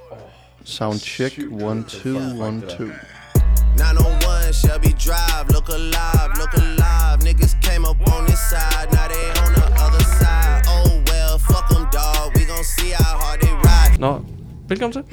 Soundcheck 1 2 1 2. 901 Shelby Drive, look alive, niggas came up on this side, now they on the other side. Oh well, fuck them dog, we gon' see how hard they ride. Nå, velkommen til.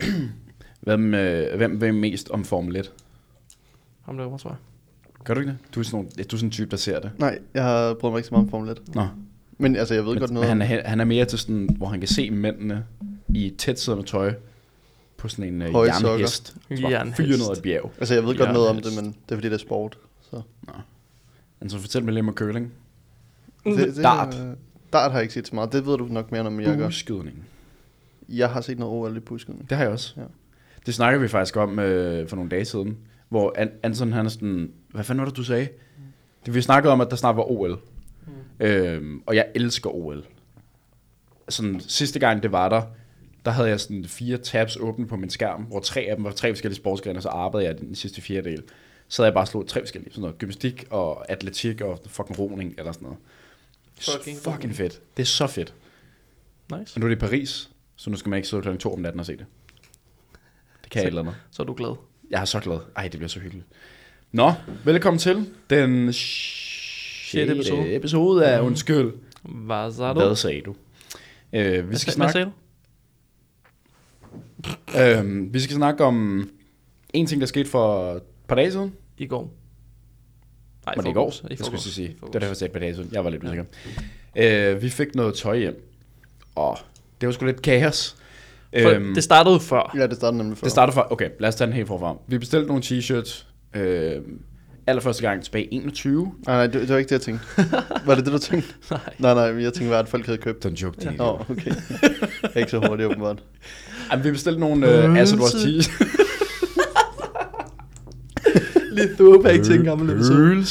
Hvem vil mest om Formel 1? Ham derovre, tror jeg. Gør du ikke det? Du er sådan en type, der ser det. Nej, jeg har prøvet mig ikke så meget om Formel 1. Nå. Men altså, jeg ved godt noget. Han er mere til sådan, hvor han kan se mændene i tætsiddende tøj på sådan en jernhest. Jernhest. Fyre noget af et bjerg. Altså, jeg ved godt noget om det, men det er fordi, det er sport. Så. Nå. Så fortæl mig lidt om curling. Dart har jeg ikke set så meget. Det ved du nok mere om, jeg gør. Bueskydning. Jeg har set noget OL i bueskydning. Det har jeg også. Ja. Det snakker vi faktisk om for nogle dage siden. Hvor Anton, han er sådan... Hvad fanden var det, du sagde? Vi snakkede om, at der snart var OL. Og jeg elsker OL. Sådan, sidste gang det var der havde jeg sådan 4 tabs åbne på min skærm, hvor 3 af dem var 3 forskellige sportsgrene, og så arbejdede jeg den sidste fjerdedel. Så havde jeg bare slået 3 forskellige, sådan noget gymnastik og atletik og fucking roning eller sådan noget. Fucking fedt. Det er så fedt. Nice. Og nu er det i Paris, så nu skal man ikke sidde kl. 2 om natten og se det. Det kan jeg et eller andet. Så er du glad. Jeg er så glad. Ej, det bliver så hyggeligt. Nå, velkommen til den 6. episode af Undskyld. Hvad sagde du? Hvad sagde du? Vi skal snakke om en ting, der skete for et par dage siden. I går. Nej, var det i går? Det skulle jeg sige. Det var derfor, jeg sagde et par dage siden. Jeg var lidt usikker. Vi fik noget tøj hjem. Og det var sgu lidt kaos. Det startede før. Ja, det startede nemlig før. Det startede før. Okay, lad os tage den helt forfra. Vi bestilte nogle t-shirts. Allerførste gang tilbage i 21. Nej, det var ikke det, jeg tænkte. Var det det, du tænkte? Nej, jeg tænkte bare, at folk havde købt. Don't joke, ja. Okay. Jeg er ikke så hurtigt, åbenbart. Jamen, vi bestilte nogle Acid Wash t-shirts. Lige throwback til en gammel episode.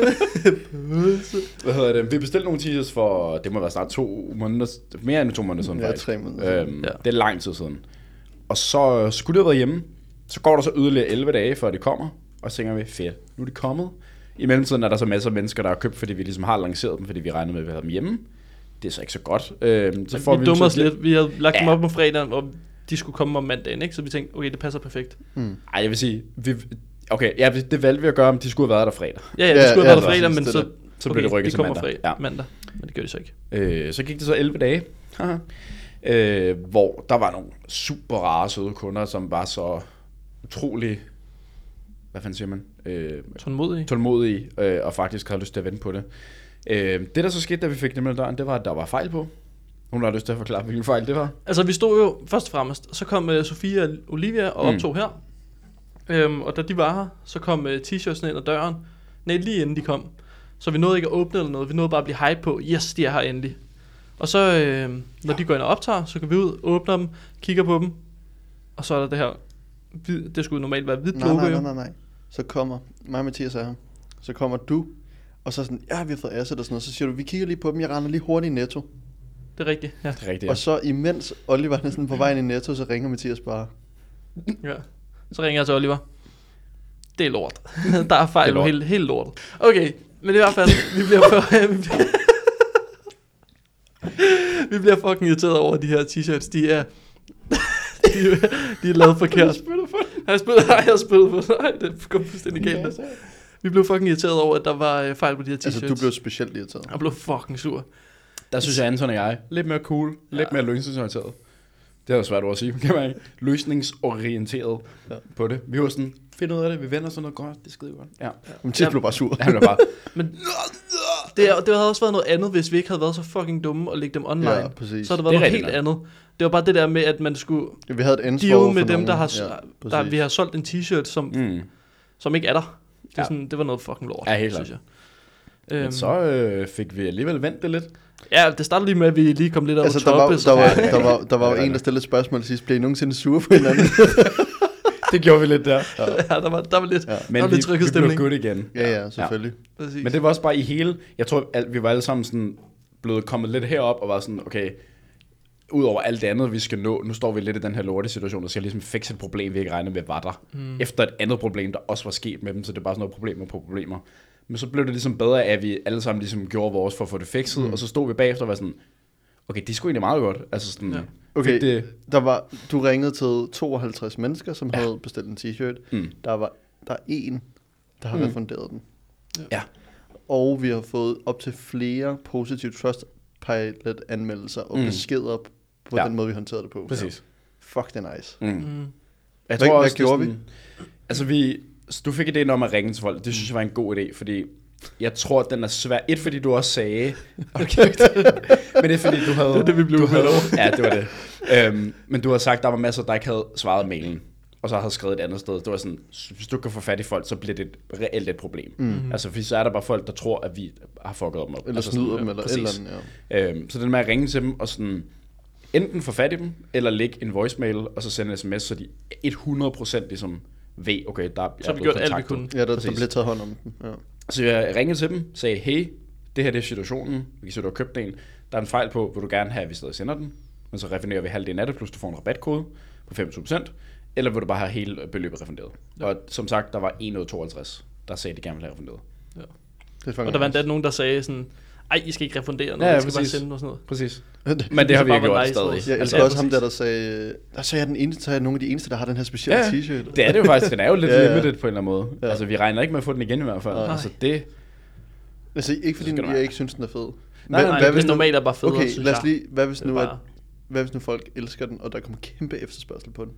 Hvad hedder det? Vi bestilte nogle t-shirts for, det må være snart 2 måneder, mere end 2 måneder siden. Ja, 3 måneder siden. Det er lang tid siden. Og så skulle det have været hjemme. Så går der så yderligere 11 dage, før det kommer. Og så tænker vi, fedt, nu er det kommet. I mellemtiden er der så masser af mennesker, der har købt, fordi vi ligesom har lanceret dem, fordi vi regnede med, at vi havde dem hjemme. Det er så ikke så godt. Så får vi dummer os lidt. Vi havde lagt dem op på fredagen, og de skulle komme om mandagen, ikke? Så vi tænkte, okay, det passer perfekt. Ej, jeg vil sige, det valgte vi at gøre, om de skulle have været der fredag. Ja, de skulle have været der fredag, men så blev det rykket til mandag. Mandag, men det gør de så ikke. Så gik det så 11 dage, hvor der var nogle super rare søde kunder, som var så utrolig, hvad fanden siger man? Tålmodige, og faktisk havde lyst til at vente på det. Det der så skete, da vi fik det med døren, det var, at der var fejl på. Hun har lyst til at forklare, hvilken fejl det var. Altså vi stod jo først og fremmest, så kom Sofie og Olivia og optog her. Og da de var her, så kom t-shirtsene ind ad døren. Nej, lige inden de kom. Så vi nåede ikke at åbne eller noget. Vi nåede bare at blive hype på, yes, de er her endelig. Og så, når de går ind og optager, så går vi ud, åbner dem, kigger på dem. Og så er der det her, det skulle normalt være hvidt logo. Nej. Så kommer mig og Mathias er her. Så kommer du, og så sådan, ja, vi har fået Acid og sådan noget. Så siger du, vi kigger lige på dem, jeg render lige hurtigt i Netto. Det er rigtigt, ja. Det er rigtigt, ja. Og så imens Oliver er sådan på vejen i Netto, så ringer Mathias bare. Ja. Så ringer jeg til Oliver. Det er lort. Der er fejl nu, helt lort. Okay, men i hvert fald, vi bliver fucking irriteret over de her t-shirts. De er lavet forkert. Jeg har spillet for det. Nej, det kom fuldstændig galt. Vi blev fucking irriteret over, at der var fejl på de her t-shirts. Altså, du blev specielt irriteret. Jeg blev fucking sur. Der synes jeg, Anton og jeg, lidt mere cool, lidt mere løsningsorienteret. Det er jo svært ord at sige, kan man ikke? Løsningsorienteret på det. Vi var sådan, find ud af det, vi vender sådan noget godt, det er skide godt. Ja. Men Mathias blev bare sur. Han blev bare... Men det havde også været noget andet, hvis vi ikke havde været så fucking dumme og lægge dem online. Ja, præcis. Så havde det været noget helt andet. Det var bare det der med, at man skulle vi havde et deal med dem, der vi har solgt en t-shirt, som ikke er der. Det, er sådan, det var noget fucking lort, synes jeg. Men så fik vi alligevel vendt det lidt. Ja, det startede lige med, at vi lige kom lidt over toppe. Der var jo en, der stillede spørgsmål sidst. Blev I nogensinde sure på hinanden? Det gjorde vi lidt der. Ja, der var lidt, men lidt trykket stemning. Vi blev good igen. Ja, selvfølgelig. Ja. Men det var også bare i hele... Jeg tror, vi var alle sammen sådan blevet kommet lidt herop og var sådan, okay... Udover alt det andet, vi skal nå, nu står vi lidt i den her lorte situation, og skal ligesom fikse et problem, vi ikke regnede med, var der. Efter et andet problem, der også var sket med dem, så det er bare sådan noget problemer på problemer. Men så blev det ligesom bedre, at vi alle sammen ligesom gjorde vores for at få det fikset, og så stod vi bagefter og var sådan, okay, det er sgu egentlig meget godt. Altså sådan, Okay, du ringede til 52 mennesker, som havde bestilt en t-shirt. Der er en, der har refunderet den. Ja. Og vi har fået op til flere positive Trustpilot-anmeldelser og beskeder på den måde, vi håndterede det på. Præcis. Fuck, det er nice. Jeg tror også, hvad gjorde vi? Altså du fik idéen om at ringe til folk. Det synes jeg var en god idé, fordi jeg tror, at den er svær. Fordi du også sagde... Okay. Men det er fordi, du havde... Det er det, vi blev med over. Ja, det var det. Men du har sagt, der var masser, der ikke havde svaret mailen. Og så havde skrevet et andet sted. Det var sådan, hvis du kan få fat i folk, så bliver det reelt et problem. Altså, fordi så er der bare folk, der tror, at vi har fucket dem op. Eller altså, snyder dem, eller et eller andet, Så den med at ringe til dem, og sådan... Enten få fat i dem, eller lægge en voicemail, og så sende en sms, så de 100% ligesom ved, okay, der er så vi gjort alt, vi kunne. Ja, der bliver taget hånd om dem. Ja. Så jeg ringede til dem, sagde, hey, det her det er situationen, vi kan du har købt en, der er en fejl på, vil du gerne have, at vi stadig sender den, men så refunderer vi halvdelen af det, plus du får en rabatkode på 25%, eller vil du bare have hele beløbet refunderet. Ja. Og som sagt, der var 1,52, der sagde, de gerne ville have refunderet. Ja. Og der var endda nogen, der sagde sådan, ej, I skal ikke refundere noget, I skal bare sende og sådan noget. Præcis. Men det har vi gjort stadig. Jeg elsker også ham der sagde, så er jeg den eneste, så er jeg nogle af de eneste, der har den her specielle t-shirt. Det er det jo faktisk, den er jo lidt limited på en eller anden måde. Ja. Altså, vi regner ikke med at få den igen i hvert fald. Altså, det... Altså, ikke fordi jeg ikke synes, den er fed. Nej, hvis normalt er bare federe, okay, synes lad os lige, hvad hvis nu folk elsker den, og der kommer kæmpe efterspørgsel på den?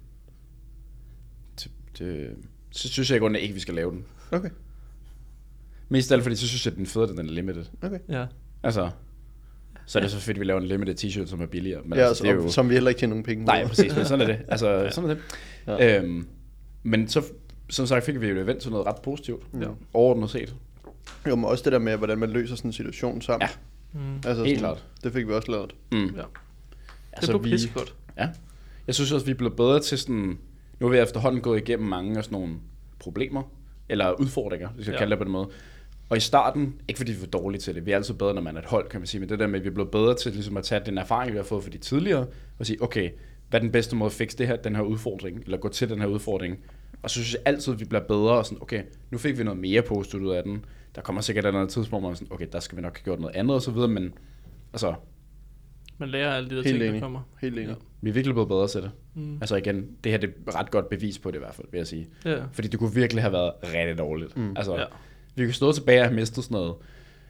Så synes jeg ikke, ikke vi skal lave den. Okay. Mest af alt, fordi så synes jeg, at den er federe, den er limited. Okay. Ja. Altså, så er det så fedt, at vi laver en limited t-shirt, som er billigere. Men ja, altså, det er jo... som vi heller ikke tjener nogen penge. Nej, præcis, men sådan er det. Altså, sådan er det. Ja. Men så, som sagt, fik vi jo et event til noget ret positivt. Ja. Overordnet set. Jo, men også det der med, hvordan man løser sådan en situation sammen. Ja, altså, helt klart. Det fik vi også lavet. Ja. Altså, det blev pissegodt. Ja. Jeg synes også, vi er blevet bedre til sådan... Nu har vi efterhånden gået igennem mange af sådan nogle problemer, eller udfordringer, hvis jeg kalde det på den måde. Og i starten, ikke fordi vi var dårlige til det, vi er altid bedre, når man er et hold, kan man sige, men det der med, at vi er blevet bedre til ligesom at tage den erfaring, vi har fået fra de tidligere, og sige, okay, hvad er den bedste måde at fikse det her, den her udfordring, eller gå til den her udfordring. Og så synes jeg altid, at vi bliver bedre, og sådan, okay, nu fik vi noget mere positivt ud af den. Der kommer sikkert et andet tidspunkt, hvor man sådan, okay, der skal vi nok have gjort noget andet, og så videre, men altså... Man lærer alle de der ting, der kommer. Helt enig. Ja. Vi er virkelig blevet bedre til det. Altså igen, det her det er ret godt bevis på det i hvert fald, vil jeg sige. Ja. Fordi det kunne virkelig have været rigtig dårligt. Altså, vi kunne stå tilbage og have mistet sådan noget...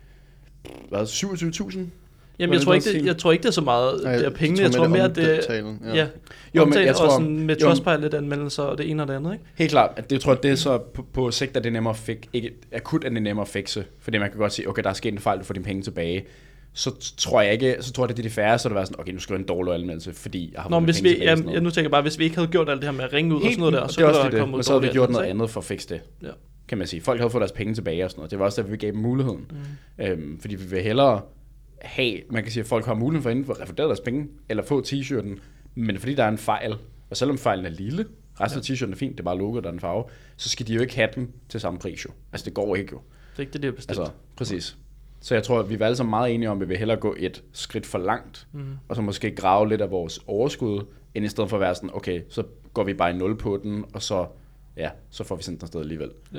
Hvad, 27.000? Jamen, jeg tror ikke, det er så meget det er pengene. Jeg tror mere, det er... Jo, men jeg tror... Også med Trustpilot-anmeldelser og det ene og det andet, ikke? Helt klart. Jeg tror, det er så på sigt, at det er nemmere at fikse. Ikke akut, at det er nemmere at fikse. Fordi man kan godt sige, okay, der er sket en fejl, du får dine penge tilbage. Så tror jeg ikke, så tror jeg, det er de færre, så det var sådan, okay, nu skal jeg en dårlig anmeldelse, fordi jeg har fået penge tilbage. Nu tænker jeg bare, hvis vi ikke havde gjort alt det her med at ringe ud og sådan noget der, så kunne der komme ud. Men så havde vi gjort noget andet for at fikse det, kan man sige. Folk havde fået deres penge tilbage og sådan noget. Det var også derfor, vi gav dem muligheden. Fordi vi vil hellere have, man kan sige, at folk har muligheden for inden for at refundere deres penge, eller få t-shirten, men fordi der er en fejl, og selvom fejlen er lille, resten af t-shirten er fint, det er bare logoet, der er en farve, så skal de jo ikke have den til samme pris jo. Altså det går ikke jo. Det er ikke det, de har bestemt. Altså, præcis. Så jeg tror, at vi er alle sammen meget enige om, at vi vil hellere gå et skridt for langt, og så måske grave lidt af vores overskud, end i stedet for at være sådan, okay, så går vi bare i 0 på den, og så, så får vi sendt den afsted alligevel. Ja.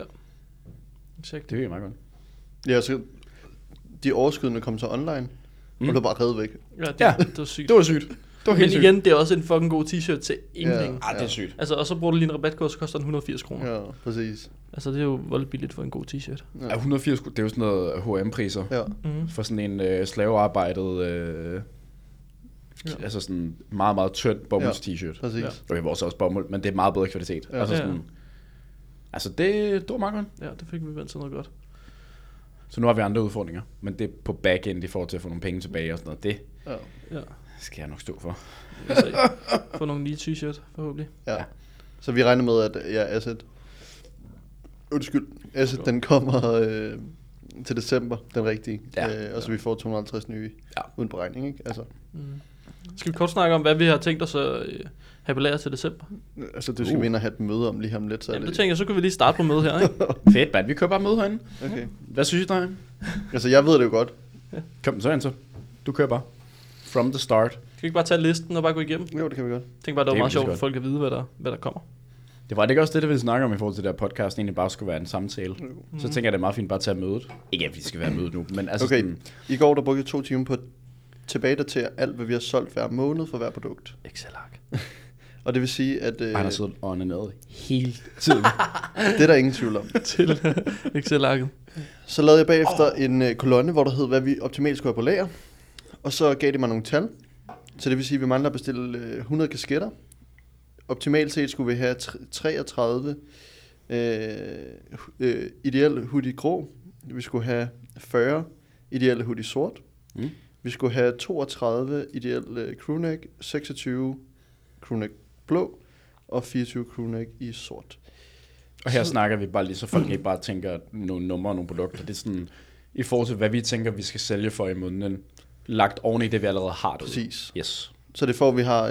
Exakt. Det er meget godt. Ja, så de overskydende kom så online, og det var bare reddet væk. Ja, det var sygt. Det var sygt. Men igen, det er også en fucking god t-shirt til ingenting. Ja, det er sygt. Altså, og så bruger du lige en rabatkode, så koster den 180 kroner. Ja, præcis. Altså, det er jo voldt billigt for en god t-shirt. Ja, 180 kroner, det er jo sådan noget H&M-priser. Ja. For sådan en slavearbejdet, altså sådan meget, meget tynd bomulds t-shirt. Præcis. Okay, vores også bomuld, men det er meget bedre kvalitet. Ja. Altså sådan, altså det var meget godt. Ja, det fik vi vendt til noget godt. Så nu har vi andre udfordringer, men det er på back-end, i forhold til at få nogle penge tilbage og sådan noget. Det skal jeg nok stå for. Få nogle nye t-shirt, forhåbentlig. Ja. Så vi regner med, at Asset, den kommer til december, den rigtige. Og så vi får 250 nye uden beregning, ikke? Altså. Skal vi kort snakke om, hvad vi har tænkt os at have belæret til december? Altså, det skal vi ind og have et møde om lige om lidt. Jamen, det tænker jeg, så kan vi lige starte på mødet her, ikke? Fedt, man. Vi kører bare møde herinde. Okay. Hvad synes du, Dreng? Altså, jeg ved det jo godt. Kom så ind så. Du kører bare. From the start. Skal vi ikke bare tage listen og bare gå igennem? Jo, det kan vi godt. Jeg tænker bare, det var meget sjovt, at folk kan vide, hvad der kommer. Det var det ikke også det, vi snakker om i forhold til det her podcast, egentlig bare skulle være en samtale. Så tænker jeg, det er meget fint bare at tage mødet. Ikke at vi skal være mødet nu, men altså okay, i går der brugte jeg 2 timer på tilbagedatere alt, hvad vi har solgt hver måned for hver produkt. Excel-ark. Og det vil sige, at Han har siddet og onaneret hele tiden. det er der ingen tvivl om. Til Excel-arket. Så lavede jeg bagefter en kolonne, hvor der hed, hvad vi optimalt skulle have på lager. Og så gav de mig nogle tal. Så det vil sige, at vi mangler at bestille 100 kasketter. Optimalt set skulle vi have 33 ideelle hoodie grå. Vi skulle have 40 ideelle hoodie sort. Vi skulle have 32 ideelle crewneck, 26 crewneck blå og 24 crewneck i sort. Og her snakker vi bare lige, så folk ikke bare tænker nogle numre og nogle produkter. Det er sådan, i forhold til, hvad vi tænker, vi skal sælge for i måneden, lagt oven i det, vi allerede har. Præcis. Yes. Så det får, at vi har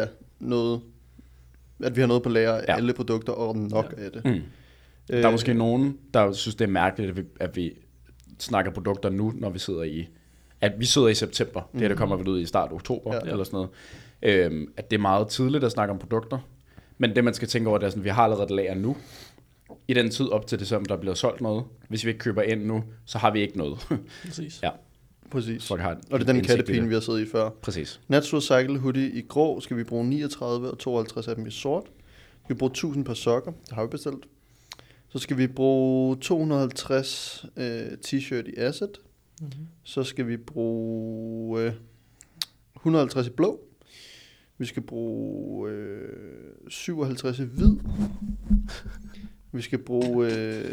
at vi har noget på lager af alle produkter og nok af det. Der er måske nogen, der synes, det er mærkeligt, at vi snakker produkter nu, når vi sidder i... At vi sidder i september, det kommer vel ud i start oktober, eller sådan noget. At det er meget tidligt at snakke om produkter. Men det, man skal tænke over, det er sådan, at vi har allerede et lager nu. I den tid op til december, der bliver solgt noget. Hvis vi ikke køber ind nu, så har vi ikke noget. Præcis. Ja. Præcis. Og det er den kattepine, vi har siddet i før. Præcis. Natural Cycle hoodie i grå skal vi bruge 39 og 52 af dem i sort. Vi bruger 1000 par sokker, det har vi bestilt. Så skal vi bruge 250 t-shirt i Acid. Så skal vi bruge 150 i blå. Vi skal bruge 57 i hvid. Vi skal bruge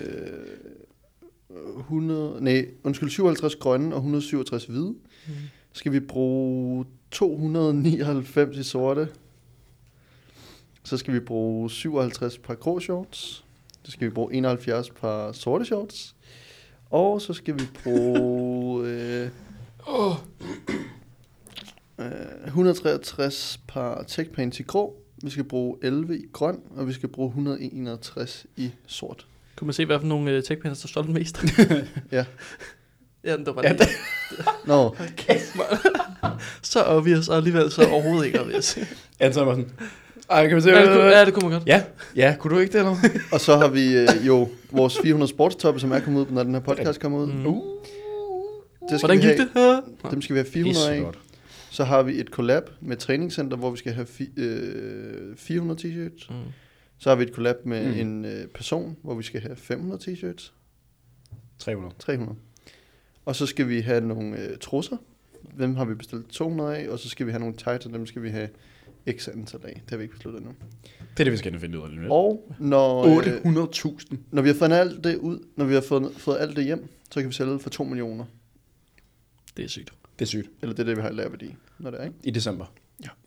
57 grønne og 167 hvide. Så skal vi bruge 299 i sorte. Så skal vi bruge 57 par grå shorts. Så skal vi bruge 71 par sorte shorts. Og så skal vi bruge 163 par tech pants i grå. Vi skal bruge 11 i grøn, og vi skal bruge 161 i sort. Kunne man se, hvad for nogle tech pants, der solgte mest? Ja. Ja, det var bare det. Nå. Så obvious, og alligevel så overhovedet ikke obvious. Anton var sådan, ej, kan man se, ja, det kunne man godt. Ja, kunne du ikke det, eller? Og så har vi jo vores 400 sportstoppe, som er kommet ud, når den her podcast kommer ud. Hvordan gik det? Dem skal vi have 400 af. Så har vi et collab med træningscenter, hvor vi skal have 400 t-shirts. Så har vi et collab med en person, hvor vi skal have 500 t-shirts. 300. Og så skal vi have nogle trusser. Dem har vi bestilt 200 af. Og så skal vi have nogle tights, og dem skal vi have x antal af. Det har vi ikke besluttet endnu. Det er det, vi skal finde ud af lige. Og når 800.000. Når vi har fået alt det ud, når vi har fået alt det hjem, så kan vi sælge for 2 millioner. Det er sygt. Det er sygt. Eller det er det, vi har i lagerværdi, når det er, ikke? I december. Ja.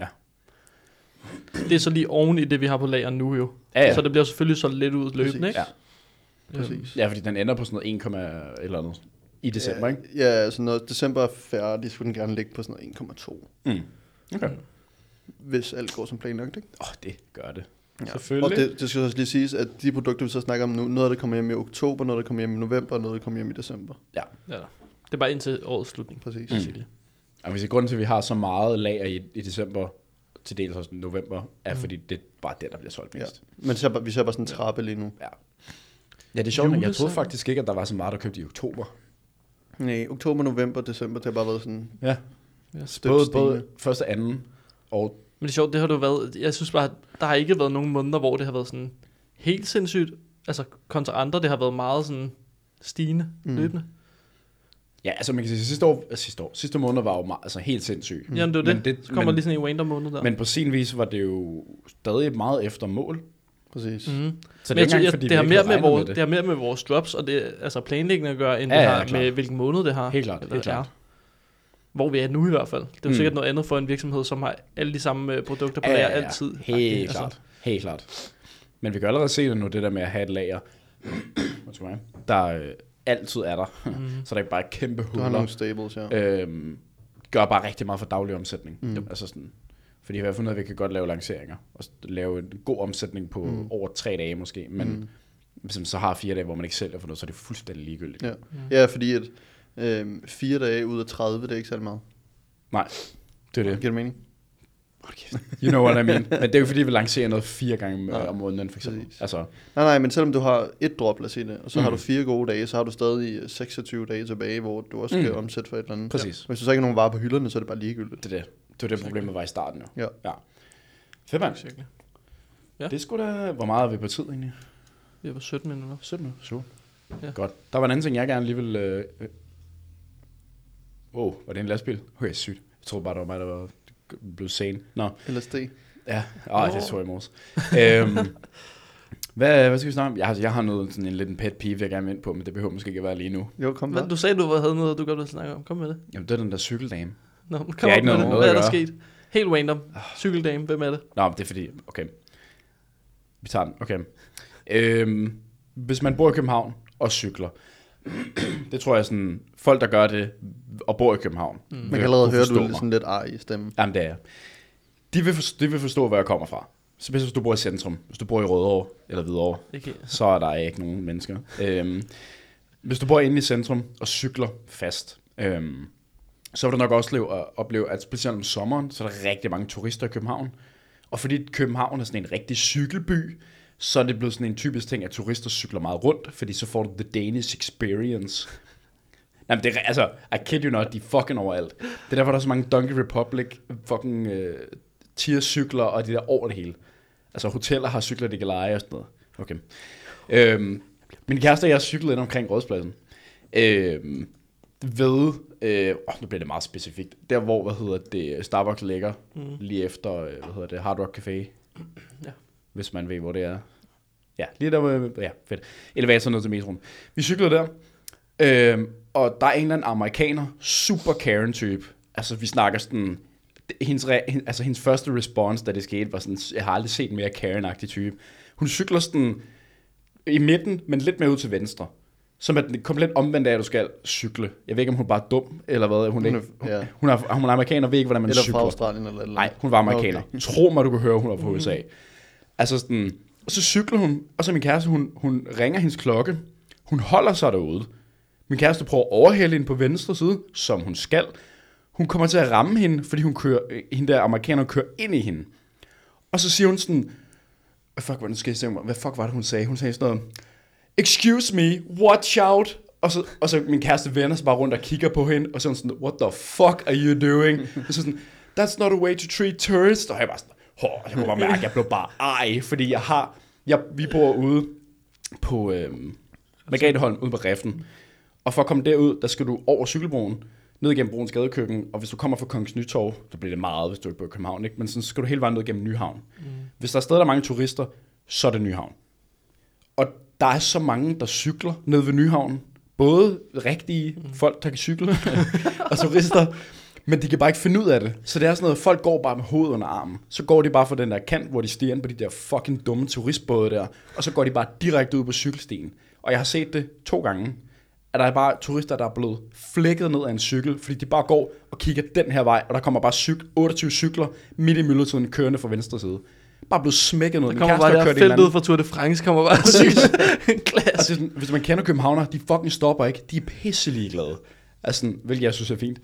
Det er så lige oven i det, vi har på lager nu jo. Ja. Så det bliver selvfølgelig så lidt ud løbende, ikke? Ja. Præcis. Ja, fordi den ender på sådan noget 1, eller andet i december, ikke? Ja, altså når december er færdig, skulle den gerne ligge på sådan noget 1,2. Okay. Hvis alt går som planlagt, ikke? Det gør det. Ja. Selvfølgelig. Og det skal også lige siges, at de produkter, vi så snakker om nu, noget af det kommer hjem i oktober, noget af det kommer hjem i november, og noget af det kommer hjem i december. Ja. Det er bare indtil årets slutning. Præcis. Og hvis grunden til, at vi har så meget lager i december, til dels også november, er fordi det er bare det, der bliver solgt mest. Ja. Men vi ser bare sådan en trappe lige nu. Ja, det er sjovt, men jeg troede faktisk ikke, at der var så meget, der købte i oktober. Nej, oktober, november, december, det har bare været sådan... Ja, både første og anden og... Men det er sjovt, det har du været... Jeg synes bare, der har ikke været nogen måneder, hvor det har været sådan helt sindssygt. Altså kontra andre, det har været meget sådan stigende, løbende. Ja, altså man kan sige, sidste måned var jo meget, altså helt sindssygt. Jamen det er det. Så kommer lige sådan en random måned der. Men på sin vis var det jo stadig meget efter mål. Præcis. Så men det er fordi det har mere med vores drops og det altså planlægning at gøre, end det har med hvilken måned det har. Helt klart. Hvor vi er nu i hvert fald. Det er jo sikkert noget andet for en virksomhed, som har alle de samme produkter på lager altid. Helt klart. Men vi kan allerede se det nu, det der med at have et lager, der altid er der. Så der er ikke bare et kæmpe huller. Du har nogle stables, ja. Gør bare rigtig meget for daglig omsætning. Altså sådan, fordi vi har fundet ud af, at vi kan godt lave lanceringer, og lave en god omsætning på over 3 dage måske, men hvis man så har 4 dage, hvor man ikke sælger for noget, så er det fuldstændig ligegyldigt. Ja, fordi at 4 dage ud af 30, det er ikke særlig meget. Nej, det er det. Giver det mening? You know what I mean. Men det er jo fordi, vi lancerer noget 4 gange om måneden, for eksempel. Præcis. Altså, Nej, men selvom du har et drop, lad os sige det, og så har du 4 gode dage, så har du stadig 26 dage tilbage, hvor du også skal omsætte for et eller andet. Præcis. Hvis du så ikke har nogen varer på hylderne, så er det bare ligegyldigt. det var det problemet var i starten, jo. Ja. Fedt, mand. Ja. Det er sgu da... Hvor meget er vi på tid, egentlig? Vi er på 17 minutter. 17 minutter. Så. Ja. Godt. Der var en anden ting, jeg gerne lige ville... var det en lastbil? Okay, sygt. Jeg troede bare, det var mig, der var blevet sen. Nå. LSD. Ja, det så jeg i morges. Hvad skal vi snakke om? Jeg har noget sådan en lidt pet peeve, jeg gerne vil ind på, men det behøver måske ikke at være lige nu. Jo, kom bare. Du sagde, du havde noget, du godt ville snakke om. Kom med det. Jamen, det er den der cykeldame. Nå, kom Det er ikke noget med noget Hvad at er der gøre. sket? Helt random. Cykeldame, hvem er det? Nå, det er fordi... Okay. Vi tager den. Okay. Hvis man bor i København og cykler, det tror jeg sådan... Folk, der gør det og bor i København... Man kan allerede høre, du er sådan lidt arg i stemmen. Jamen, det er jeg. De vil forstå, hvor jeg kommer fra. Så hvis du bor i centrum, hvis du bor i Rødovre eller Hvidovre, Ikke. så er der ikke nogen mennesker. Hvis du bor inde i centrum og cykler fast, så vil du nok også opleve, at specielt om sommeren, så er der rigtig mange turister i København. Og fordi København er sådan en rigtig cykelby, så er det blevet sådan en typisk ting, at turister cykler meget rundt, fordi så får du the Danish experience. Jamen, det er, altså, I kid you not, de er fucking overalt. Det er derfor, der er så mange Donkey Republic fucking tiercykler og de der over det hele. Altså, hoteller har cykler, de kan lege og sådan noget. Okay. Min kæreste og jeg cyklede ind omkring Rådspladsen. Nu bliver det meget specifikt. Der, hvor, Starbucks ligger, lige efter, Hard Rock Café. Ja. Hvis man ved, hvor det er. Ja, lige der, fedt. Elevator ned til metroen. Vi cyklede der. Og der er en eller anden amerikaner, super Karen-type. Altså, vi snakker sådan... Hendes første response, da det skete, var sådan... Jeg har aldrig set en mere Karen-agtig type. Hun cykler sådan i midten, men lidt mere ud til venstre. Som er den komplet omvendt af, at du skal cykle. Jeg ved ikke, om hun bare er dum, eller hvad. Hun er amerikaner og ved ikke, hvordan man eller cykler. Eller fra Australien eller Nej, hun var amerikaner. Okay. Tro mig, du kan høre, hun er fra USA. Altså sådan... Og så cykler hun, og så min kæreste, hun ringer hendes klokke. Hun holder sig derude. Min kæreste prøver at overhale hende på venstre side, som hun skal. Hun kommer til at ramme hende, fordi hende der amerikaner kører ind i hende. Og så siger hun sådan, hvad fuck var det, hun sagde? Hun sagde sådan noget, excuse me, watch out. Og så min kæreste vender sig bare rundt og kigger på hende, og så sådan, what the fuck are you doing? Og så sådan, that's not a way to treat tourists. Og jeg bare sådan, jeg kunne bare mærke, at jeg blev bare fordi vi bor ude på Margretheholm, ude på Reften. Og for at komme derud, der skal du over cykelbroen, ned gennem Broens Gadekøkken, og hvis du kommer fra Kongens Nytorv, så bliver det meget, hvis du ikke bor i København, ikke? Men så skal du hele vejen ned gennem Nyhavn. Hvis der er steder, der er mange turister, så er det Nyhavn. Og der er så mange, der cykler ned ved Nyhavn. Både rigtige folk, der kan cykle, og turister, men de kan bare ikke finde ud af det. Så det er sådan noget, folk går bare med hovedet under armen. Så går de bare fra den der kant, hvor de stiger ind på de der fucking dumme turistbåde der, og så går de bare direkte ud på cykelstien. Og jeg har set det 2 gange, at der er bare turister, der er blevet flækket ned af en cykel, fordi de bare går og kigger den her vej, og der kommer bare 28 cykler midt i myldretiden kørende fra venstre side. Bare blevet smækket ned. Der kommer bare der felt ud fra Tour de France, kommer bare en klasse. Altså, hvis man kender københavner, de fucking stopper ikke. De er pisselig glade. Altså, hvilket jeg synes er fint.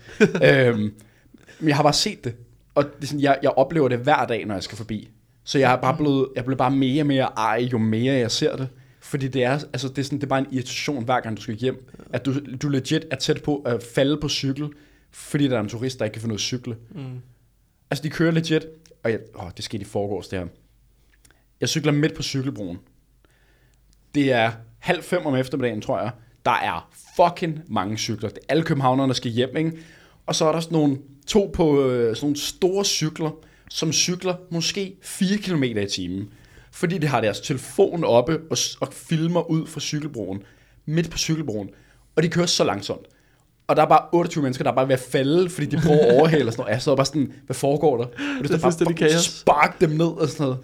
Men jeg har bare set det. Og det er sådan, jeg oplever det hver dag, når jeg skal forbi. Så jeg bliver bare mere og mere ej, jo mere jeg ser det. Fordi det er bare en irritation, hver gang du skal hjem. At du legit er tæt på at falde på cykel, fordi der er en turist, der ikke kan finde ud af at cykle. Altså, de kører legit. Og det skete i forgårs, det her. Jeg cykler midt på cykelbroen. Det er 4:30 om eftermiddagen, tror jeg. Der er fucking mange cykler. Det er alle københavnerne, der skal hjem, ikke? Og så er der sådan nogle 2 på sådan nogle store cykler, som cykler måske 4 km i timen. Fordi de har deres telefon oppe og filmer ud fra cykelbroen. Midt på cykelbroen. Og de kører så langsomt. Og der er bare 28 mennesker, der er bare ved at falde, fordi de prøver at overhale og sådan noget. Jeg sidder bare sådan, hvad foregår der? Det er fuldstændig kaos. Spark dem ned og sådan noget.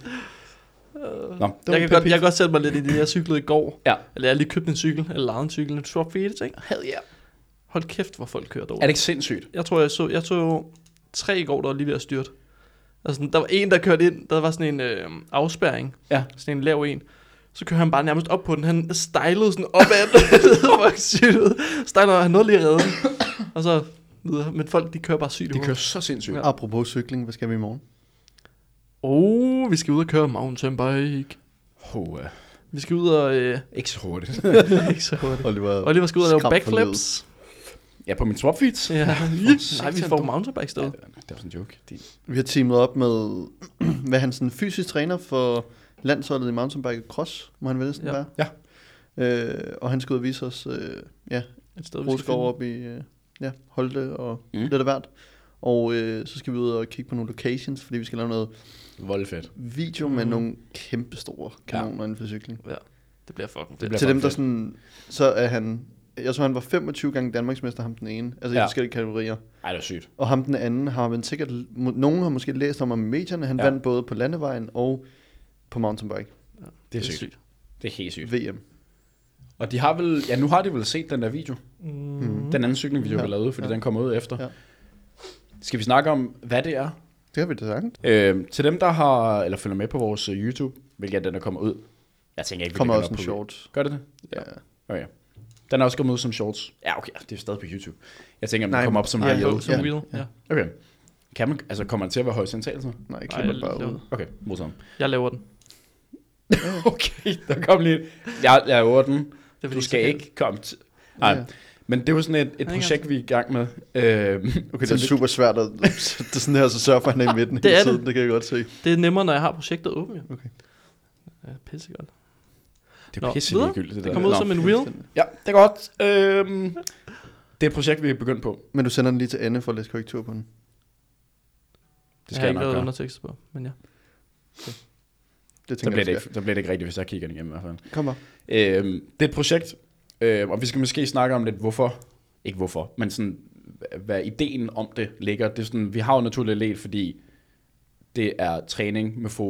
Jeg kan godt sætte mig lidt i det. Jeg cyklede i går. Ja. Eller jeg har lige købt en cykel, eller lejet en cykel. En Swap Phoenix, ikke? Hell yeah. Hold kæft, hvor folk kører derovre. Er det ikke sindssygt? Jeg tror, jeg så 3 i går, der var lige ved at styrte. Altså, der var en, der kørte ind. Der var sådan en afspærring. Ja. Sådan en lav en. Så kører han bare nærmest op på den. Han stylede sådan op ad den. Stylede, han nåede lige at redde den. Og så videre. Men folk, de kører bare sygt. De kører så sindssygt. Ja. Apropos cykling, hvad skal vi i morgen? Vi skal ud og køre mountainbike. Vi skal ud og... Ikke så hurtigt. ikke så hurtigt. Oliver skal ud og lave backflips. Ja, på min swapfeet. Ja. Nej, vi får mountainbike stedet. Det var sådan en joke. Vi har teamet op med, hvad han sådan fysisk træner for landsholdet i mountainbike cross, må han vel næsten være. Ja. Og han skal ud og vise os, Et sted, vi skal Roskov op i Holte og lidt af hvert. Og så skal vi ud og kigge på nogle locations, fordi vi skal lave noget Voldfedt. video med nogle kæmpe store kanoner inden for cykling. Ja, det bliver fucking Til dem, der sådan, så er han, jeg tror han var 25 gange Danmarksmester, ham den ene, altså i forskellige kategorier. Ej, det er sygt. Og ham den anden har man sikkert, nogen har måske læst om i medierne, han vandt både på landevejen og på mountainbike. Ja, det er sygt. Det er helt sygt. VM. Og de har vel, nu har de vel set den der video. Den anden cyklingvideo, vi lavede, fordi den kommer ud efter. Ja. Skal vi snakke om, hvad det er? Det har vi da sagt. Til dem, der har, eller følger med på vores YouTube, hvilket den er kommet ud. Jeg tænker ikke, vi kommer også en shorts. Gør det? Ja. Okay. Den er også kommet ud som shorts. Ja, okay, det er stadig på YouTube. Jeg tænker, om den kommer op som reel. Ja. Okay. Kan man, altså kommer den til at være horisontalt så? Nej, jeg klipper bare ud. Okay, modtaget. Jeg laver den. Okay, der kom lige. Jeg laver den. Du skal ikke komme til. Nej. Ja. Men det var sådan et projekt, vi er i gang med. Okay, det er super svært at det er sådan her, så sørge for, at han er i midten hele tiden. Det kan jeg godt se. Det er nemmere, når jeg har projektet åbent. Okay. Ja, pissegodt. Det er pisseligegyldigt. Det kommer ud som en reel. Ja, det er godt. Det er et projekt, vi er begyndt på. Men du sender den lige til Anne for at læse korrektur på den. Det skal jeg nok gøre. Undertekst på, men ja. Okay. Så bliver det ikke rigtigt, hvis jeg kigger den igennem i hvert fald. Kom bare. Det er et projekt, og vi skal måske snakke om lidt ikke hvorfor, men sådan, hvad ideen om det ligger. Det er sådan, vi har jo naturligt let, fordi det er træning med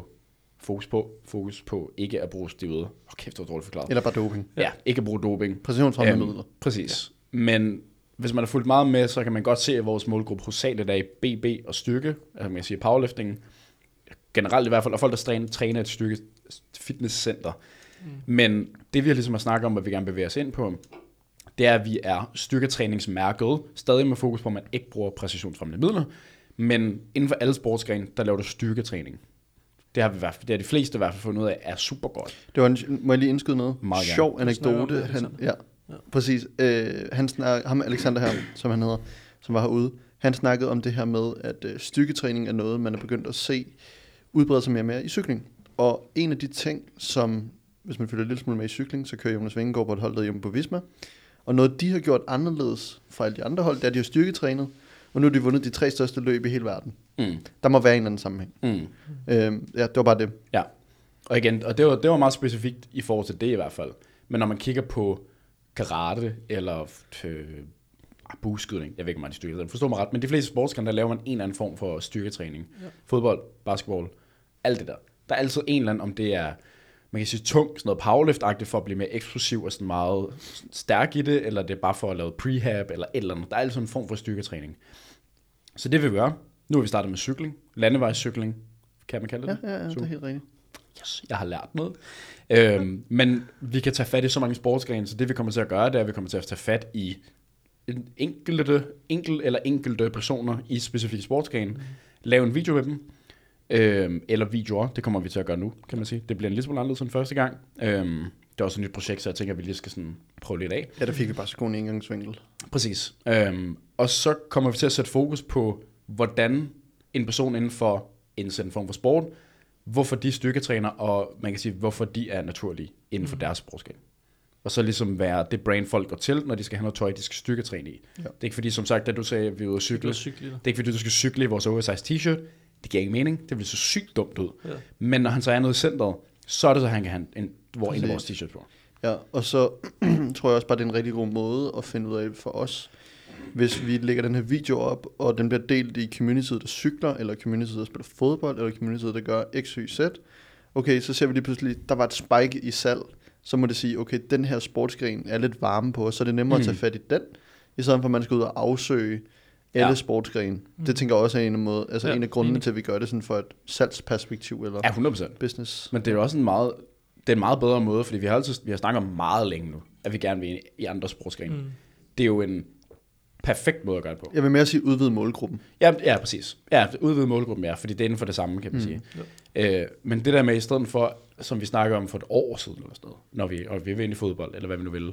fokus på ikke at bruge stivet. Kæft, det var dårligt forklaret. Eller bare doping. Ja, ikke at bruge doping. Præcisionsfremmede midler. Præcis. Ja. Men hvis man har fulgt meget med, så kan man godt se, at vores målgruppe hovedsageligt er i BB og styrke, altså man kan sige powerlifting, generelt i hvert fald, og folk, der træner et styrke fitnesscenter. Men det vi ligesom har snakket om, hvad vi gerne bevæger os ind på, det er, at vi er styrketræningsmærket, stadig med fokus på, at man ikke bruger præcisionsfremmende midler, men inden for alle sportsgrene, der laver du styrketræning. Det har de fleste i hvert fald fundet ud af, er super godt. Det var må jeg lige indskyde noget? Sjov anekdote. Præcis. Ham Alexander her, som han hedder, som var herude, han snakkede om det her med, at styrketræning er noget, man er begyndt at se udbrede sig mere og mere i cykling. Og en af de ting, som, hvis man følger lidt smule med i cykling, så kører Jonas Vingegaard på et hold, der hjemme på Visma. Og noget, de har gjort anderledes fra alle de andre hold, det er, at de har styrketrænet, og nu har de vundet de 3 største løb i hele verden. Der må være en eller anden sammenhæng. Det var bare det. Ja, og igen, og det var meget specifikt i forhold til det i hvert fald. Men når man kigger på karate eller bueskydning, jeg ved ikke, om man styrketræning, forstår mig ret, men de fleste sportsgrene, der laver man en eller anden form for styrketræning. Ja. Fodbold, basketball, alt det der. Der er altid en eller anden, om det er, man kan sige tung, sådan noget powerlift-agtigt for at blive mere eksplosiv og sådan meget stærk i det, eller det er bare for at lave prehab eller et eller andet. Der er altid en form for styrketræning. Så det vil vi gøre. Nu har vi startet med cykling, landevejscykling, kan man kalde det? Ja, det er helt rigtigt. Yes, jeg har lært noget. Men vi kan tage fat i så mange sportsgrene, så det vi kommer til at gøre, det er, at vi kommer til at tage fat i enkelte personer i specifikke sportsgrene, lave en video med dem, eller videoer, det kommer vi til at gøre nu, kan man sige. Det bliver en lille smule anderledes end første gang. Det er også et nyt projekt, så jeg tænker, at vi lige skal sådan prøve lidt af. Ja, der fik vi bare skoen i engangsvinkel. Præcis. Og så kommer vi til at sætte fokus på, hvordan en person inden for en form for sport, hvorfor de styrketræner, og man kan sige, hvorfor de er naturlige inden for deres sportsgren. Og så ligesom være det brand, folk går til, når de skal have noget tøj, de skal styrketræne i. Ja. Det er ikke fordi, som sagt, da du sagde, at vi er ude at cykle. Det er ikke fordi, du skal cykle i vores oversize t-shirt. Det giver ikke mening. Det bliver så sygt dumt ud. Ja. Men når han så er nede i centret, så er det så, han kan have en af vores t-shirts på. Ja, og så tror jeg også bare, det er en rigtig god måde at finde ud af for os. Hvis vi lægger den her video op, og den bliver delt i communityet, der cykler, eller communityet, der spiller fodbold, eller communityet, der gør X, Y, Z. Okay, så ser vi lige pludselig, der var et spike i salg. Så må det sige, okay, den her sportsgren er lidt varme på, så er det nemmere at tage fat i den, i stedet for at man skal ud og afsøge alle sportsgrene. Det tænker jeg også er en af grundene til, at vi gør det sådan for et salgsperspektiv eller 100%. Business. Men det er jo også det er en meget bedre måde, fordi vi har snakket om meget længe nu, at vi gerne vil i andre sportsgrene. Det er jo en perfekt måde at gøre det på. Jeg vil mere sige udvide målgruppen. Ja, præcis. Ja, udvide målgruppen, ja, fordi det er inden for det samme, kan man sige. Men det der med, i stedet for, som vi snakker om for et år siden, eller sådan noget, når vi er inde i fodbold, eller hvad vi nu vil,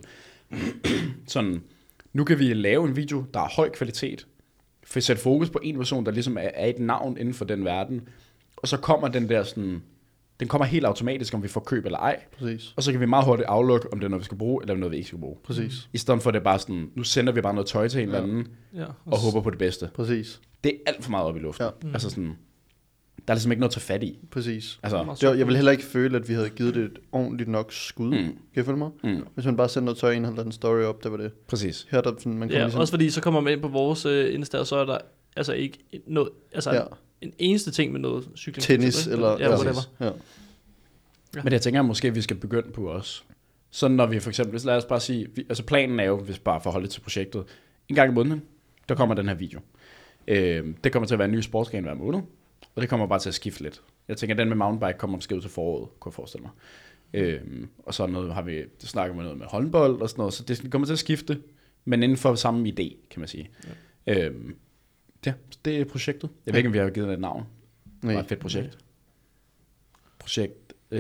sådan, nu kan vi lave en video, der er høj kvalitet, for at sætte fokus på en person, der ligesom er et navn inden for den verden, og så kommer den der sådan, den kommer helt automatisk, om vi får køb eller ej. Præcis. Og så kan vi meget hurtigt aflukke, om det er noget, vi skal bruge, eller noget, vi ikke skal bruge. Præcis. I stedet for, det er bare sådan, nu sender vi bare noget tøj til en eller anden, og håber på det bedste. Præcis. Det er alt for meget op i luften. Ja. Altså sådan, der er ligesom ikke noget at tage fat i. Præcis. Altså, Jeg vil heller ikke føle, at vi havde givet det et ordentligt nok skud. Kan jeg følge mig? Hvis man bare sender noget tøj ind og lader den story op, det var det. Præcis. Her der sådan, man kan Ja, ligesom... også fordi så kommer man ind på vores Insta, og så er der altså ikke noget, altså en eneste ting med noget cykling. Tennis eller... Ja, whatever. Ja. Men jeg tænker, at måske vi skal begynde på os. Så når vi for eksempel, lad os bare sige, altså planen er jo, hvis bare for at holde det til projektet, en gang i måneden, der kommer den her video. Det kommer til at være en ny sportsgren hver måned, og det kommer bare til at skifte lidt. Jeg tænker, at den med mountainbike kommer måske ud til foråret, kunne jeg forestille mig. Og så noget har vi, det snakker med noget med håndbold og sådan noget, så det kommer til at skifte, men inden for samme idé, kan man sige. Ja, det er projektet. Jeg ved ikke, om vi har givet det et navn. Det var et fedt projekt. Projekt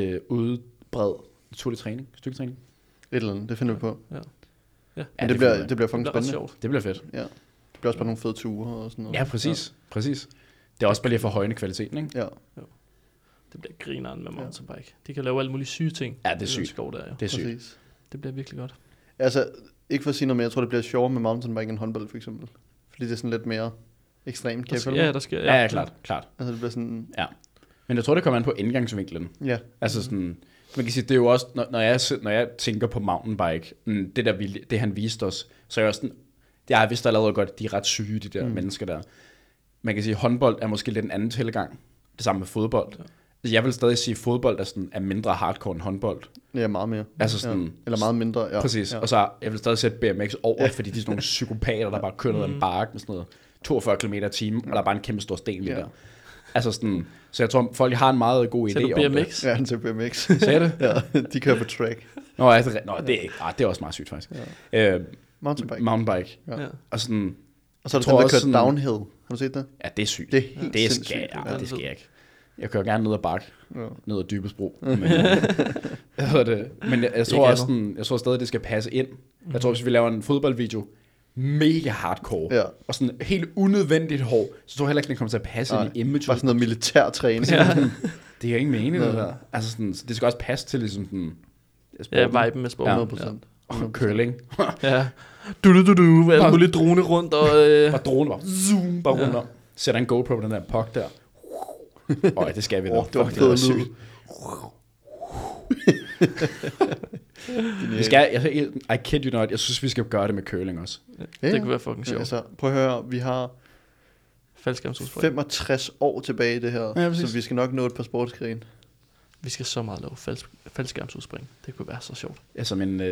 udbred naturlig træning, styrketræning. Et eller andet, det finder vi på. Ja. Men det bliver fucking spændende. Sjovt. Det bliver fedt. Ja. Det bliver også bare nogle fede ture og sådan noget. Ja, præcis. Præcis. Det er også bare lige for højne kvaliteten, ikke? Ja. Det bliver grineren med mountainbike. De kan lave alle mulige syge ting. Ja, det er sygt. Skov der, jo. Det er sygt. Præcis. Det bliver virkelig godt. Altså, ikke for at sige noget, men jeg tror, det bliver sjovere med mountainbike end håndbold, for eksempel. Fordi det er sådan lidt mere ekstremt, kan jeg følge mig? Ja, der skal... Ja, klart. Altså, det bliver sådan... Ja. Men jeg tror, det kommer an på indgangsvinklen. Ja. Altså sådan... Man kan sige, det er jo også, når jeg tænker på mountainbike, det han viste os, så er jeg også sådan... Jeg har vidst allerede godt, de er ret syge, de der mennesker der. Man kan sige, håndbold er måske lidt en anden tilgang. Det samme med fodbold. Ja. Altså, jeg vil stadig sige, at fodbold er mindre hardcore end håndbold. Ja, meget mere. Altså sådan, eller meget mindre, ja. Præcis. Ja. Og så jeg vil stadig sætte BMX over, fordi de er sådan nogle psykopater, der bare kører ned ad en bakke med sådan noget 42 km/t, og der er bare en kæmpe stor sten lige der. Altså sådan, så jeg tror, folk har en meget god idé om BMX? Ja, han ser BMX. Sagde det? Ja, de kører på track. Nå, det er ikke. Det er også meget sygt, faktisk. Ja. Mountainbike. Ja. Og sådan... Og så er der dem, der kører downhill. Har du set det? Ja, det er sygt. Det er helt det skal jeg ikke. Jeg kører gerne ned ad bakke. Ned ad Dybesbro. Men jeg tror også sådan, jeg tror stadig, det skal passe ind. Jeg tror, hvis vi laver en fodboldvideo, mega hardcore, og sådan helt unødvendigt hård, så tror jeg heller ikke, den kommer til at passe ind i image. Bare sådan noget militær træning. Det er ingen mening, det der. Altså sådan, det skal også passe til ligesom sådan... Ja, viben med sport. 100%. Og curling. Ja. Du. Alt muligt drone rundt. Og drone bare zoom, bare rundt om. Sætter en GoPro på den der puck der. Det skal vi da. Det var fedt sygt. Vi skal, I kid you not, jeg synes, vi skal gøre det med curling også. Ja. Det kunne være fucking sjovt. Altså, prøv at høre, vi har 65 år tilbage i det her, så vi skal nok nå et par sportsgrene. Vi skal så meget lave faldskærmsudspring. Det kunne være så sjovt. Ja, som en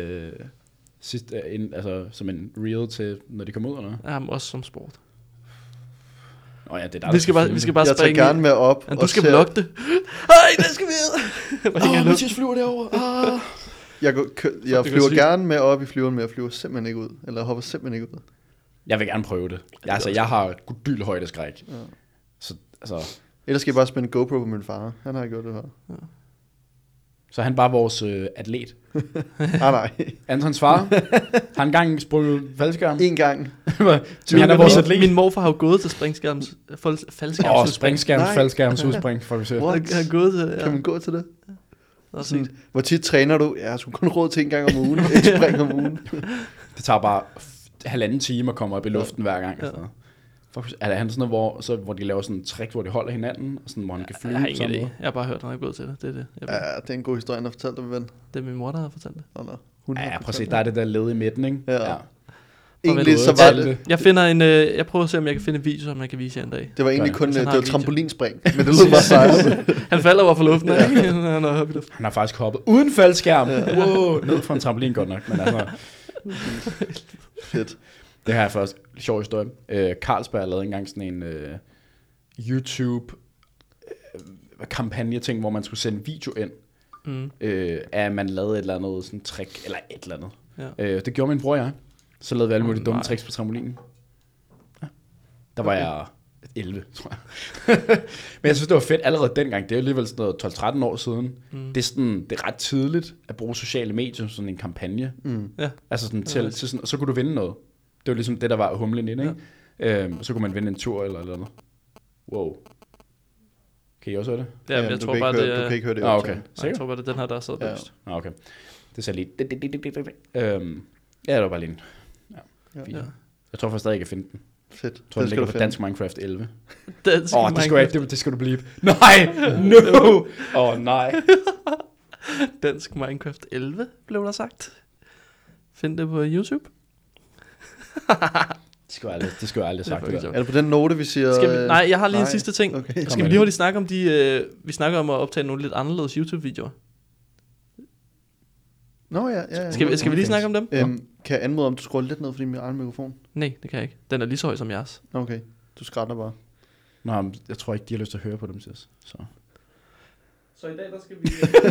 som en reel til, når de kommer ud, eller? Ja, men også som sport. Nå ja, det er der, vi skal bare jeg springe. tager gerne med op. Du skal vlogge det. Ej, det skal vi Mathias flyver derovre. Jeg flyver gerne med op i flyveren, men jeg flyver simpelthen ikke ud. Eller jeg hopper simpelthen ikke ud. Jeg vil gerne prøve det. Jeg har godylhøjdeskræk. Ja. Så, altså... Ellers skal jeg bare spænde GoPro på min far. Han har gjort det her. Ja. Så er han bare vores atlet. Nej. Antons far har engang sprunget faldskærm. En gang. Han er vores atlet. Min morfar har jo gået til faldskærmsudspring. For vi ser. Han har gået til det, Kan man gå til det? Ja. Sådan, hvor tit træner du? Ja, jeg skulle kun råd til en gang om ugen. Et spring om ugen. Det tager bare 1,5 time at komme op i luften hver gang. Ja. Er han sådan noget, hvor de laver sådan en trick, hvor de holder hinanden, og sådan, hvor han kan flyve? Jeg har ingen idé. Jeg har bare hørt, at han er gået til det. Det er det. Ja, det er en god historie, han har fortalt dig, ven. Det er min mor, der har fortalt det. Ja, prøv at se, der er det der led i midten, ikke? Ja. Egentlig så var det... Jeg finder jeg prøver at se, om jeg kan finde en video, som jeg kan vise jer en dag. Det var egentlig kun det var trampolinspring, men det lød bare sejt. Han falder over for luften, ikke? Han har faktisk hoppet uden faldskærm. Wow, ned fra en trampolin godt nok, men altså... Fedt. Det her er først en sjov historie. Carlsberg lavede engang sådan en YouTube-kampagne-ting, hvor man skulle sende video ind, at man lavede et eller andet sådan trick, eller et eller andet. Ja. Det gjorde min bror og jeg. Så lavede vi alle mulige dumme tricks på trampolinen. Der var jeg 11, tror jeg. Men jeg synes, det var fedt allerede dengang. Det er jo alligevel sådan noget 12-13 år siden. Det er ret tidligt at bruge sociale medier som sådan en kampagne. Ja. Altså sådan til sådan, og så kunne du vinde noget. Det var ligesom det, der var humlen i det, ikke? Og så kunne man vinde en tur eller noget. Wow. Kan I også høre det? Ja, men jeg tror bare, du kan ikke høre det. Okay. Jeg tror bare, det er den her, der er så løst. Okay. Det sagde lige... Ja, det var bare lige en... Ja. Jeg tror faktisk stadig, jeg kan finde den. Fedt. Jeg tror, den ligger på Dansk Minecraft 11. Det skal du blive. Nej! No! Nej. Dansk Minecraft 11, blev der sagt. Find det på YouTube. Det skulle jeg aldrig sagt. Det er det på den note, vi siger... Nej, jeg har lige en sidste ting. Okay. Skal vi lige hurtigt snakke om de... vi snakker om at optage nogle lidt anderledes YouTube-videoer. Nå ja. Skal vi lige snakke om dem? Kan jeg anmode om, du skruer lidt ned for din egen mikrofon? Nej, det kan jeg ikke. Den er lige så høj som jeres. Okay, du skrætter bare. Nå, jeg tror ikke, de har lyst til at høre på dem, Sias. Så i dag, der skal vi...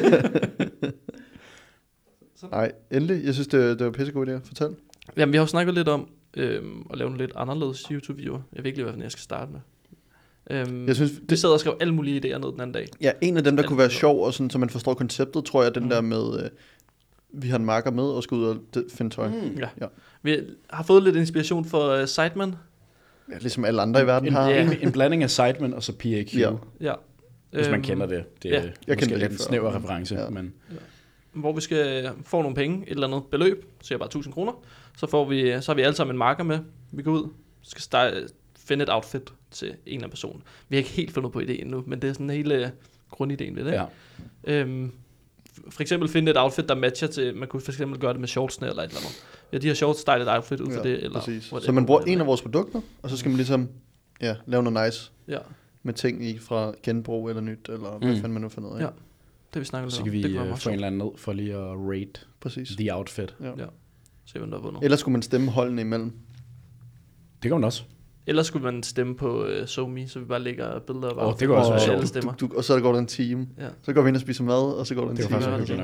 Nej, endelig. Jeg synes, det var pissegod idé. Fortæl. Jamen, vi har jo snakket lidt om at lave nogle lidt anderledes YouTube-videoer. Jeg ved ikke lige, hvad jeg skal starte med. Jeg synes, det sad og skrev alle mulige idéer ned den anden dag. Ja, en af dem, der kunne være sjov, og sådan, så man forstår konceptet, tror jeg, den der med... vi har en marker med og skal ud og finde tøj. Ja. Vi har fået lidt inspiration for Sideman. Ja, ligesom alle andre i verden har. En blanding af Sideman og så PAQ. Ja. Hvis man kender det. Det er jeg kender lidt en snæver reference. Ja. Men... Hvor vi skal få nogle penge, et eller andet beløb, så jeg bare 1000 kroner. Så har vi alle sammen en marker med. Vi går ud, skal finde et outfit til en af personen. Vi har ikke helt fundet på ideen nu, men det er sådan hele grundideen ved det. Ja. For eksempel finde et outfit, der matcher til, man kunne for eksempel gøre det med shortsene eller et eller andet. Ja, de har shorts stylet outfit ud for det. Eller så man bruger en af vores produkter, og så skal man ligesom lave noget nice med ting i fra genbrug eller nyt, eller hvad fanden man nu finder ud af. Ja, det vi snakker lidt om. Så kan vi få en eller anden ned for lige at rate the outfit. Ja. Se, hvem der har vundet. Ellers skulle man stemme holdene imellem. Det kan man også. Ellers skulle man stemme på SoMe, så vi bare lægger billeder af det går også være alle stemmer. Og så går der en time. Ja. Så går vi ind og spiser mad, og så går der en time.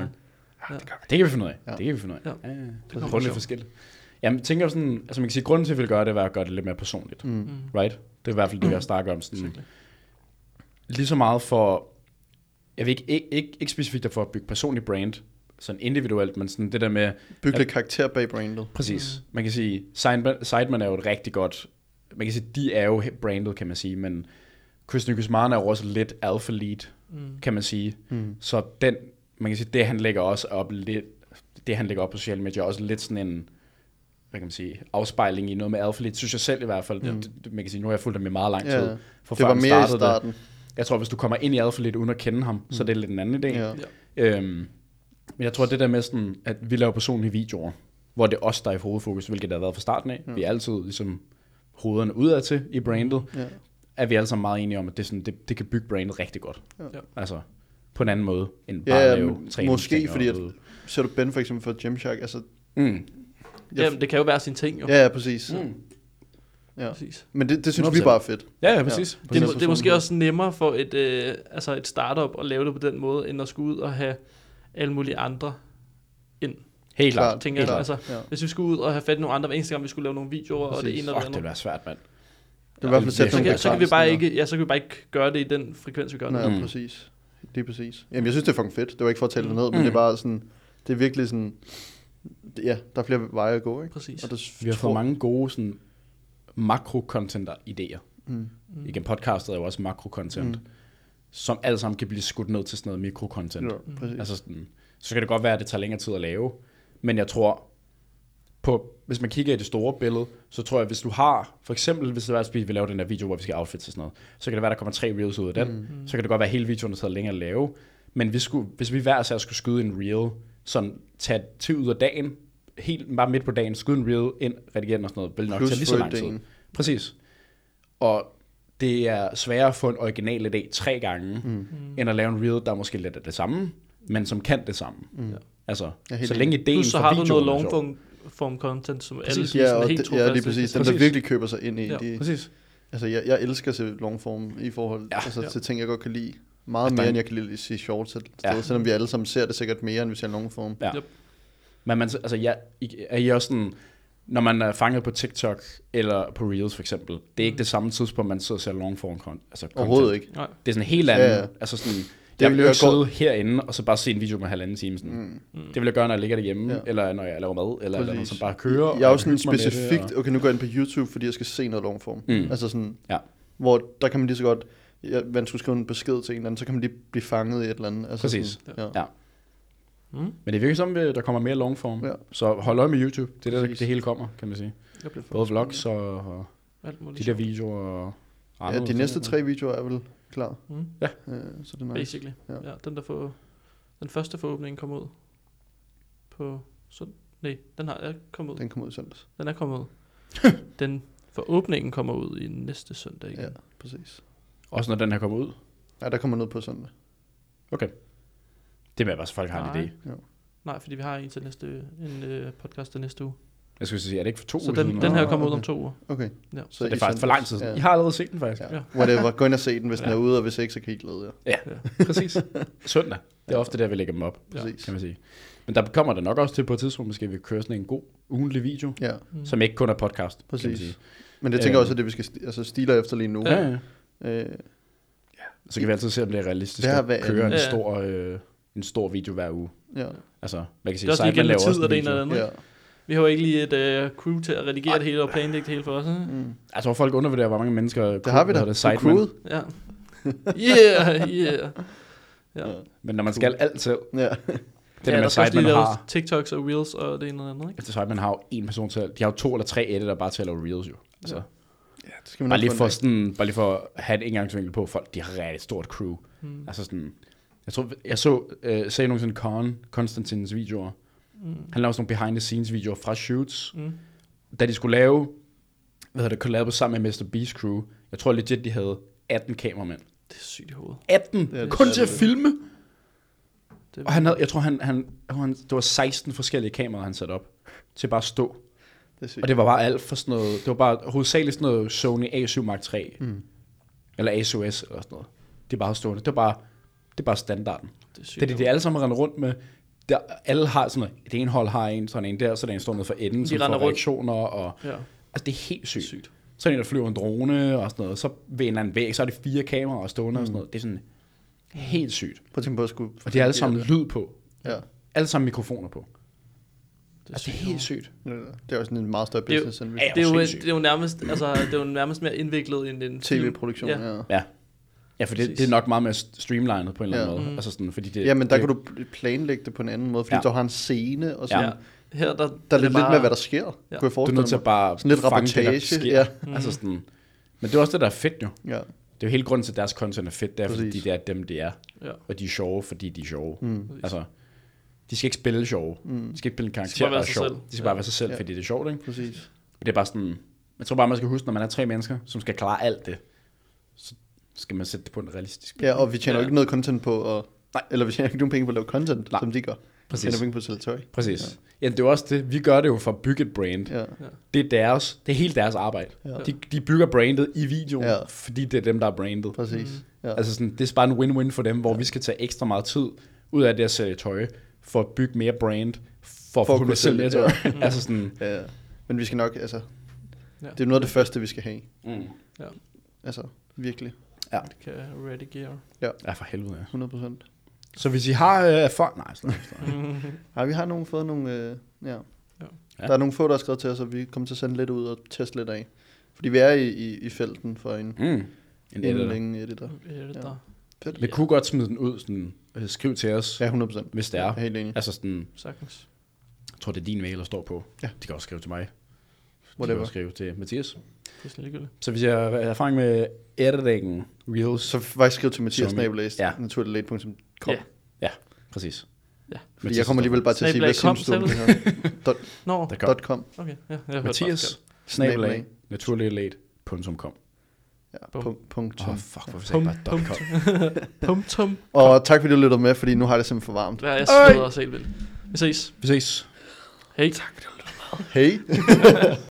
Det kan vi finde ud af. Det kan vi finde ud af. Ja. Det er lidt forskelligt. Jamen, tænker sådan, altså man kan sige, grunden til, at vi vil gøre det, er at gøre det lidt mere personligt. Right? Det er i hvert fald det, vi har snakket om. Sådan, lige så meget for, jeg vil ikke specifikt for at bygge personlig brand, sådan individuelt, men sådan det der med... Bygge lidt karakter bag brandet. Præcis. Man kan sige, Sideman er jo et rigtig godt... Man kan sige, de er jo brandet, kan man sige, men Christian Guzman er jo også lidt alpha lead, kan man sige. Så man kan sige, det han lægger også op lidt... Det han lægger op på sociale medier er også lidt sådan en... Hvad kan man sige? Afspejling i noget med alpha lead, synes jeg selv i hvert fald. Man kan sige, nu har jeg fulgt ham i meget lang tid. Det var mere i starten. Jeg tror, hvis du kommer ind i alpha lead uden at kende ham, så er det lidt en anden idé. Men jeg tror, det der med sådan, at vi laver personlige videoer, hvor det er os, der er i hovedfokus, hvilket der har været fra starten af. Vi er altid ligesom hovederne udad til i brandet. Er vi alle sammen meget enige om, at det kan bygge brandet rigtig godt. Altså på en anden måde, end bare at lave træning. Måske fordi, at ser du Ben for eksempel for Gymshark, altså... Jamen, det kan jo være sin ting, jo. Ja, præcis. Ja. Præcis. Men det synes 100%. Vi bare er fedt. Ja, præcis. Det er måske også nemmere for et startup at lave det på den måde, end at skulle ud og have alle mulige andre ind. Helt klart. Tænker jeg, altså, hvis vi skulle ud og have fat i nogle andre, hver eneste gang vi skulle lave nogle videoer, og det ene og det andet. Det ville være svært, mand. Det er i hvert fald sætte nogle så kan vi bare ikke gøre det i den frekvens, vi gør det. Ja, præcis. Det er præcis. Jamen, jeg synes, det er fucking fedt. Det var ikke for at tale det ned, men det er bare sådan, det er virkelig sådan, ja, der er flere veje at gå, ikke? Præcis. Og vi har fået mange gode sådan makro-content-idéer. Igen, podcastet er jo også makro-content, som alle sammen kan blive skudt ned til sådan noget mikro-content. Altså sådan, så kan det godt være, at det tager længere tid at lave, men jeg tror, hvis man kigger i det store billede, så tror jeg, hvis du har, for eksempel hvis det er, at vi vil lave den der video, hvor vi skal outfits og sådan noget, så kan det være, der kommer 3 reels ud af den. Så kan det godt være, at hele videoen, der tager længere at lave. Men hvis vi hver skulle skyde en reel, sådan tage tid ud af dagen, helt bare midt på dagen, skyde en reel ind, redigere den og sådan noget, vil nok tage lige så lang tid. Præcis. Og det er sværere at få en original idé 3 gange, end at lave en reel, der måske lidt af det samme, men som kan det samme. Altså, så længe ideen så har du noget long-form content, som alle synes er helt trofaste. Ja, lige præcis. Dem, der virkelig køber sig ind i det. Præcis. Altså, jeg elsker at se long-form i forhold til ting, jeg godt kan lide. Meget mere, end jeg kan lide at se shorts et sted, selvom vi alle sammen ser det sikkert mere, end vi ser long-form. Ja. Men altså, er I også sådan... når man er fanget på TikTok eller på Reels for eksempel, det er ikke det samme tidspunkt, man sidder og ser longform content. Overhovedet ikke. Nej. Det er sådan en helt anden, Ja. altså sådan, jeg vil jo ikke sidde herinde og så bare se en video med 1,5 time. Sådan. Det vil jeg gøre, når jeg ligger derhjemme, eller når jeg laver mad, eller noget, som bare kører. Jeg er jo sådan specifikt, okay, nu går jeg ind på YouTube, fordi jeg skal se noget longform. Altså sådan, hvor der kan man lige så godt, man skulle skrive en besked til en eller anden, så kan man lige blive fanget i et eller andet. Altså præcis, sådan, ja. Men det virker som, der kommer mere longform. Så hold øje med YouTube, det er der, det hele kommer, kan man sige. Både vlogs og de der videoer. Og ja, de næste 3 videoer er vel klar. Ja. Så det er nice. Basically. Ja, den første foråbning kom ud på nej, den er kommet ud. Den kommer ud i søndags. Den er kommet ud. Den foråbningen kommer ud i næste søndag igen. Ja, præcis. Også når den her kommer ud? Ja, der kommer noget på søndag. Okay. Det vil jeg bare, så folk har en idé. Ja. Nej, fordi vi har en podcast til næste uge. Jeg skulle sige, er det ikke for 2 uger så siden? den her kommer ud om 2 uger. Okay. Ja. Så det er faktisk for lang tid siden. I har allerede set den faktisk. Ja. Whatever, gå ind og se den, hvis den er ude, og hvis ikke, så kan I glæde jer. Ja, præcis. Søndag. Det er ofte der, vi lægger dem op, kan man sige. Men der kommer det nok også til på et tidspunkt, måske vi kører sådan en god ugentlig video, som ikke kun er podcast. Præcis. Kan man sige. Men det tænker jeg også, at det vi skal stile efter lige nu. Ja. Så kan vi altid se, om det er realistisk at køre en stor video hver uge. Ja. Altså, hvad kan sige, det er også lige med tid, og det ene eller andet. Ja. Vi har jo ikke lige et crew til at redigere det hele og planlægge det hele for os. Jeg tror, folk undervurderer, hvor mange mennesker... Det har vi da. Det crewet. Ja. Yeah. Ja. Men når man skal alt selv... Ja. Det der med Sidemen har... TikToks og Reels og det ene eller andet, ikke? Altså Sidemen har jo en person til... De har jo 2 eller 3 editor bare til at lave Reels jo. Altså, ja, det skal man bare lige for at have et indgangsvinkel på folk, de har rigtig stort crew. Altså sådan... Jeg så nogensinde Konstantins videoer. Han lavede sådan nogle behind the scenes videoer fra shoots. Da de skulle lave, collab sammen med Mr. Beast crew. Jeg tror legit, de havde 18 kameramænd. Det er sygt i hovedet. 18? Kun til at filme? Og jeg tror, det var 16 forskellige kameraer, han satte op. Til bare at stå. Og det var bare alt for sådan noget. Det var bare hovedsageligt sådan noget Sony A7 Mark III. Eller A7S eller sådan noget. Det er bare stående. Det er bare standarden. Det er alle sammen render rundt med. Alle har sådan noget. Det ene hold har sådan en der, så der er en stående for enden, som får reaktioner. Og, altså det er helt sygt. Så er en, der flyver en drone og sådan noget. Så ved en eller anden væg, så er det 4 kameraer stående og sådan noget. Det er sådan helt sygt. Prøv at tænke på at skulle... Og de har alle sammen lyd på. Ja. Alle sammen mikrofoner på. Det er helt sygt. Det er jo sådan en meget større business, end vi... Det er jo nærmest, altså, det er jo nærmest mere indviklet end en TV-produktion, Ja, for det er nok meget mere streamlinet på en eller anden måde. Altså sådan, fordi det, men der kan du planlægge det på en anden måde, fordi du har en scene og sådan. Her, der er lidt med, hvad der sker. Kunne jeg du er nødt til at bare sådan lidt rapportage. Altså sådan, men det er også det, der er fedt jo. Ja. Det er jo hele grunden til, at deres content er fedt, det er, fordi det er dem, de er. Og de er sjove, fordi de er sjove. Altså, de skal ikke spille sjove. De skal ikke spille en karakter, der er sjov. De skal bare være sig selv, fordi det er sjovt, ikke? Præcis. Det er bare sådan, jeg tror bare, man skal huske, når man er 3 mennesker, som skal klare alt det, så skal man sætte det på en realistisk. Ja, og vi tjener jo ikke noget content på eller vi tjener ikke nogen penge på at lave content, som de gør. Præcis. Vi tjener penge på at sælge tøj. Præcis. Ja, det er jo også det. Vi gør det jo for at bygge et brand. Ja. Det er hele deres arbejde. Ja. De bygger brandet i videoen, fordi det er dem, der er brandet. Præcis. Ja. Altså sådan, det er bare en win-win for dem, hvor vi skal tage ekstra meget tid ud af det at sælge tøj, for at bygge mere brand, for at kunne sælge mere tøj. Altså sådan. Ja. Men vi skal nok, altså, det er noget af det første, vi skal have. Ja. Altså, virkelig. Ja. Det kan redigere. Ja, for helvede, ja. 100%. Så hvis I har vi har fået nogle... Der er nogle få, der har skrevet til os, og vi kommer til at sende lidt ud og teste lidt af. Fordi vi er i felten for en editor. Vi kunne godt smide den ud, sådan, skriv til os, 100%. Hvis det er. Helt enig. Altså sådan, sagtens. Jeg tror, det er din mail, der står på. Ja. De kan også skrive til mig. De kan også skrive til Mathias. Så hvis jeg har erfaring med editing Reels, så faktisk skriv til Mathias naturligt.com. Ja, præcis. Ja. Fordi jeg kommer alligevel bare til at sige, hvad synes du om det her? .com. Okay, Mathias naturligt.com. Ja, punkt. Fuck, hvorfor sagde jeg bare .com. Og tak fordi du lyttede med, fordi nu har det simpelthen for varmt. Ja, jeg sveder også helt vildt. Vi ses. Vi ses. Hej. Tak fordi du lyttede med. Hej.